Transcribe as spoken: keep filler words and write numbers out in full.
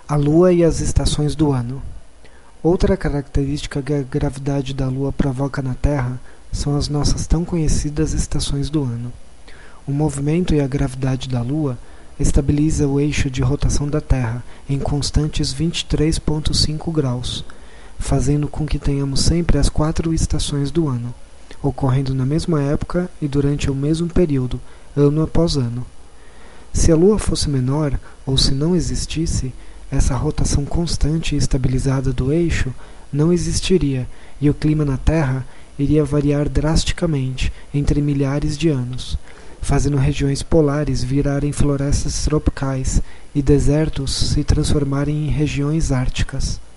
A Lua e as estações do ano. Outra característica que a gravidade da Lua provoca na Terra são as nossas tão conhecidas estações do ano. O movimento e a gravidade da Lua estabiliza o eixo de rotação da Terra em constantes vinte e três vírgula cinco graus, fazendo com que tenhamos sempre as quatro estações do ano, ocorrendo na mesma época e durante o mesmo período, ano após ano. Se a Lua fosse menor, ou se não existisse, essa rotação constante e estabilizada do eixo não existiria e o clima na Terra iria variar drasticamente entre milhares de anos, fazendo regiões polares virarem florestas tropicais e desertos se transformarem em regiões árticas.